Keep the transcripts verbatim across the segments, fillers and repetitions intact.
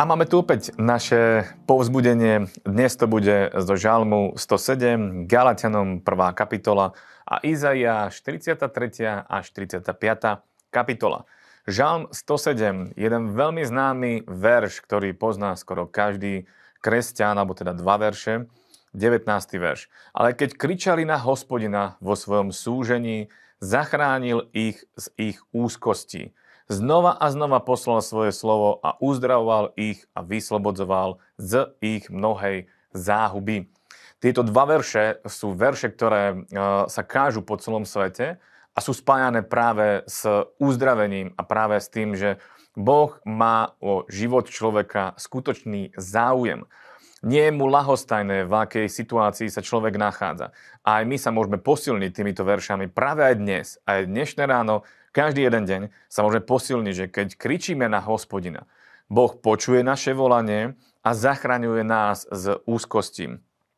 A máme tu opäť naše povzbudenie. Dnes to bude zo Žalmu sto sedem, Galatianom prvá kapitola a Izaiáš tridsiata tretia až tridsiata piata kapitola. Žalm sto sedem, jeden veľmi známy verš, ktorý pozná skoro každý kresťan, alebo teda dva verše, devätnásty verš. Ale keď kričali na Hospodina vo svojom súžení, zachránil ich z ich úzkostí. Znova a znova poslal svoje slovo a uzdravoval ich a vyslobodzoval z ich mnohej záhuby. Tieto dva verše sú verše, ktoré sa kážu po celom svete a sú spájané práve s uzdravením a práve s tým, že Boh má o život človeka skutočný záujem. Nie je mu ľahostajné, v akej situácii sa človek nachádza. A aj my sa môžeme posilniť týmito veršami práve aj dnes. Aj dnešné ráno, každý jeden deň sa môžeme posilniť, že keď kričíme na Hospodina, Boh počuje naše volanie a zachraňuje nás z úzkostí.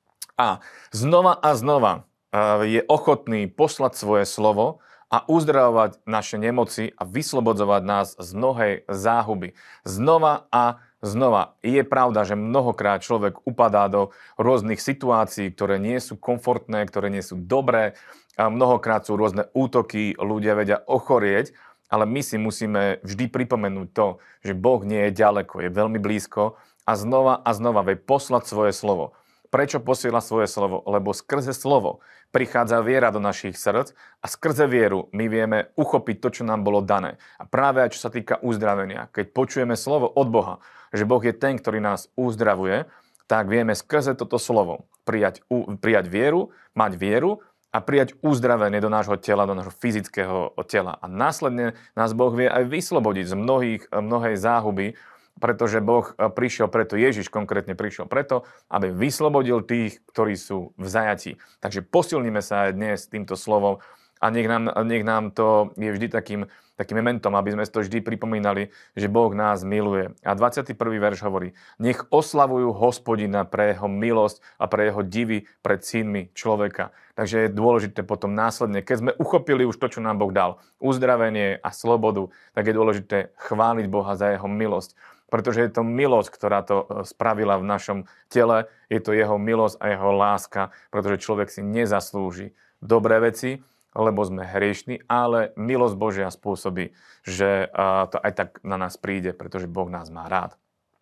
A znova a znova je ochotný poslať svoje slovo a uzdravovať naše nemoci a vyslobodzovať nás z mnohej záhuby. Znova a znova. Je pravda, že mnohokrát človek upadá do rôznych situácií, ktoré nie sú komfortné, ktoré nie sú dobré. A mnohokrát sú rôzne útoky, ľudia vedia ochorieť, ale my si musíme vždy pripomenúť to, že Boh nie je ďaleko, je veľmi blízko a znova a znova vie poslať svoje slovo. Prečo posiela svoje slovo? Lebo skrze slovo prichádza viera do našich srdc a skrze vieru my vieme uchopiť to, čo nám bolo dané. A práve aj čo sa týka uzdravenia, keď počujeme slovo od Boha, že Boh je ten, ktorý nás uzdravuje, tak vieme skrze toto slovo prijať, prijať vieru, mať vieru a prijať uzdravenie do nášho tela, do nášho fyzického tela. A následne nás Boh vie aj vyslobodiť z mnohých, mnohej záhuby, pretože Boh prišiel preto, Ježiš konkrétne prišiel preto, aby vyslobodil tých, ktorí sú v zajatí. Takže posilníme sa aj dnes týmto slovom a nech nám, nech nám to je vždy takým, takým mementom, aby sme si to vždy pripomínali, že Boh nás miluje. A dvadsiaty prvý verš hovorí: nech oslavujú Hospodina pre jeho milosť a pre jeho divy pred synmi človeka. Takže je dôležité potom následne, keď sme uchopili už to, čo nám Boh dal, uzdravenie a slobodu, tak je dôležité chváliť Boha za jeho milosť. Pretože je to milosť, ktorá to spravila v našom tele, je to jeho milosť a jeho láska, pretože človek si nezaslúži dobré veci, lebo sme hriešni, ale milosť Božia spôsobí, že to aj tak na nás príde, pretože Boh nás má rád.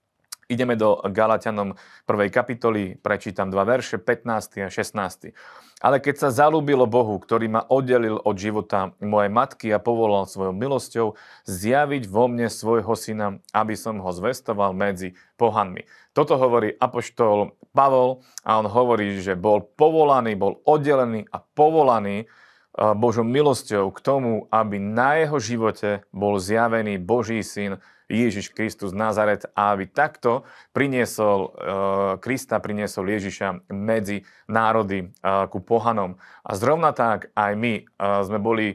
Ideme do Galatianom prvej kapitoly, prečítam dva verše, pätnásty a šestnásty. Ale keď sa zalúbilo Bohu, ktorý ma oddelil od života mojej matky a povolal svojou milosťou, zjaviť vo mne svojho syna, aby som ho zvestoval medzi pohanmi. Toto hovorí apoštol Pavol a on hovorí, že bol povolaný, bol oddelený a povolaný Božou milosťou k tomu, aby na jeho živote bol zjavený Boží syn Ježiš Kristus z Nazaret a aby takto priniesol Krista, priniesol Ježiša medzi národy ku pohanom. A zrovna tak aj my sme boli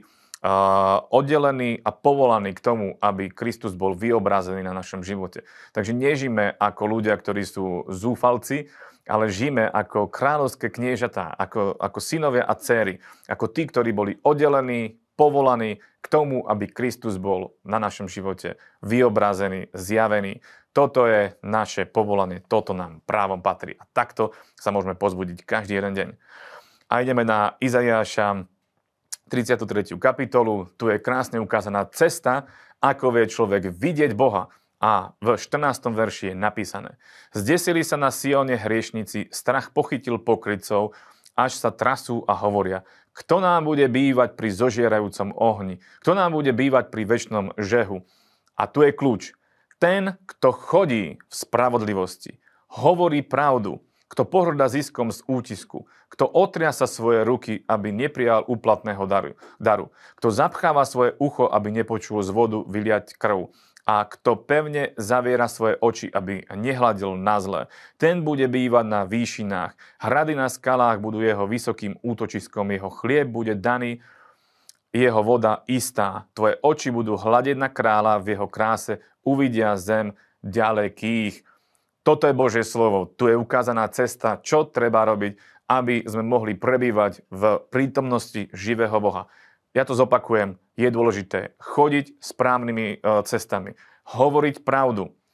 oddelení a povolaní k tomu, aby Kristus bol vyobrazený na našom živote. Takže nežijeme ako ľudia, ktorí sú zúfalci, ale žijeme ako kráľovské kniežatá, ako, ako synovia a dcéry, ako tí, ktorí boli oddelení, povolaní k tomu, aby Kristus bol na našom živote vyobrazený, zjavený. Toto je naše povolanie, toto nám právom patrí. A takto sa môžeme pozbudiť každý jeden deň. A ideme na Izaiáša tridsiatu tretiu kapitolu. Tu je krásne ukázaná cesta, ako vie človek vidieť Boha. A v štrnástom verši je napísané: zdesili sa na Sione hriešnici, strach pochytil pokrytcov, až sa trasú a hovoria: kto nám bude bývať pri zožierajúcom ohni? Kto nám bude bývať pri večnom žehu? A tu je kľúč. Ten, kto chodí v spravodlivosti, hovorí pravdu, kto pohŕda ziskom z útisku, kto otriasa svoje ruky, aby neprijal úplatného daru, daru, kto zapcháva svoje ucho, aby nepočul z vodu vyliať krv, a kto pevne zaviera svoje oči, aby nehľadil na zlé. Ten bude bývať na výšinách. Hrady na skalách budú jeho vysokým útočiskom. Jeho chlieb bude daný, jeho voda istá. Tvoje oči budú hľadiť na kráľa, v jeho kráse uvidia zem ďalekých. Toto je Božie slovo. Tu je ukázaná cesta, čo treba robiť, aby sme mohli prebývať v prítomnosti živého Boha. Ja to zopakujem, je dôležité chodiť správnymi cestami, hovoriť pravdu,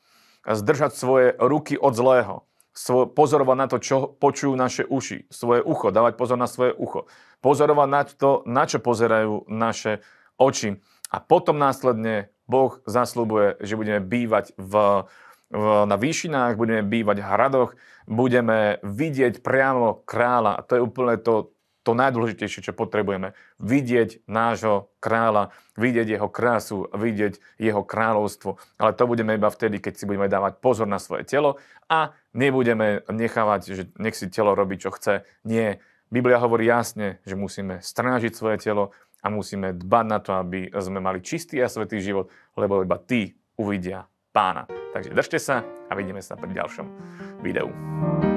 zdržať svoje ruky od zlého, pozorovať na to, čo počujú naše uši, svoje ucho, dávať pozor na svoje ucho, pozorovať na to, na čo pozerajú naše oči. A potom následne Boh zasľubuje, že budeme bývať v, v, na výšinách, budeme bývať v hradoch, budeme vidieť priamo kráľa. A to je úplne to, to najdôležitejšie, čo potrebujeme. Vidieť nášho kráľa, vidieť jeho krásu, vidieť jeho kráľovstvo. Ale to budeme iba vtedy, keď si budeme dávať pozor na svoje telo a nebudeme nechávať, že nech si telo robí, čo chce. Nie. Biblia hovorí jasne, že musíme strážiť svoje telo a musíme dbať na to, aby sme mali čistý a svätý život, lebo iba tí uvidia Pána. Takže držte sa a vidíme sa pri ďalšom videu.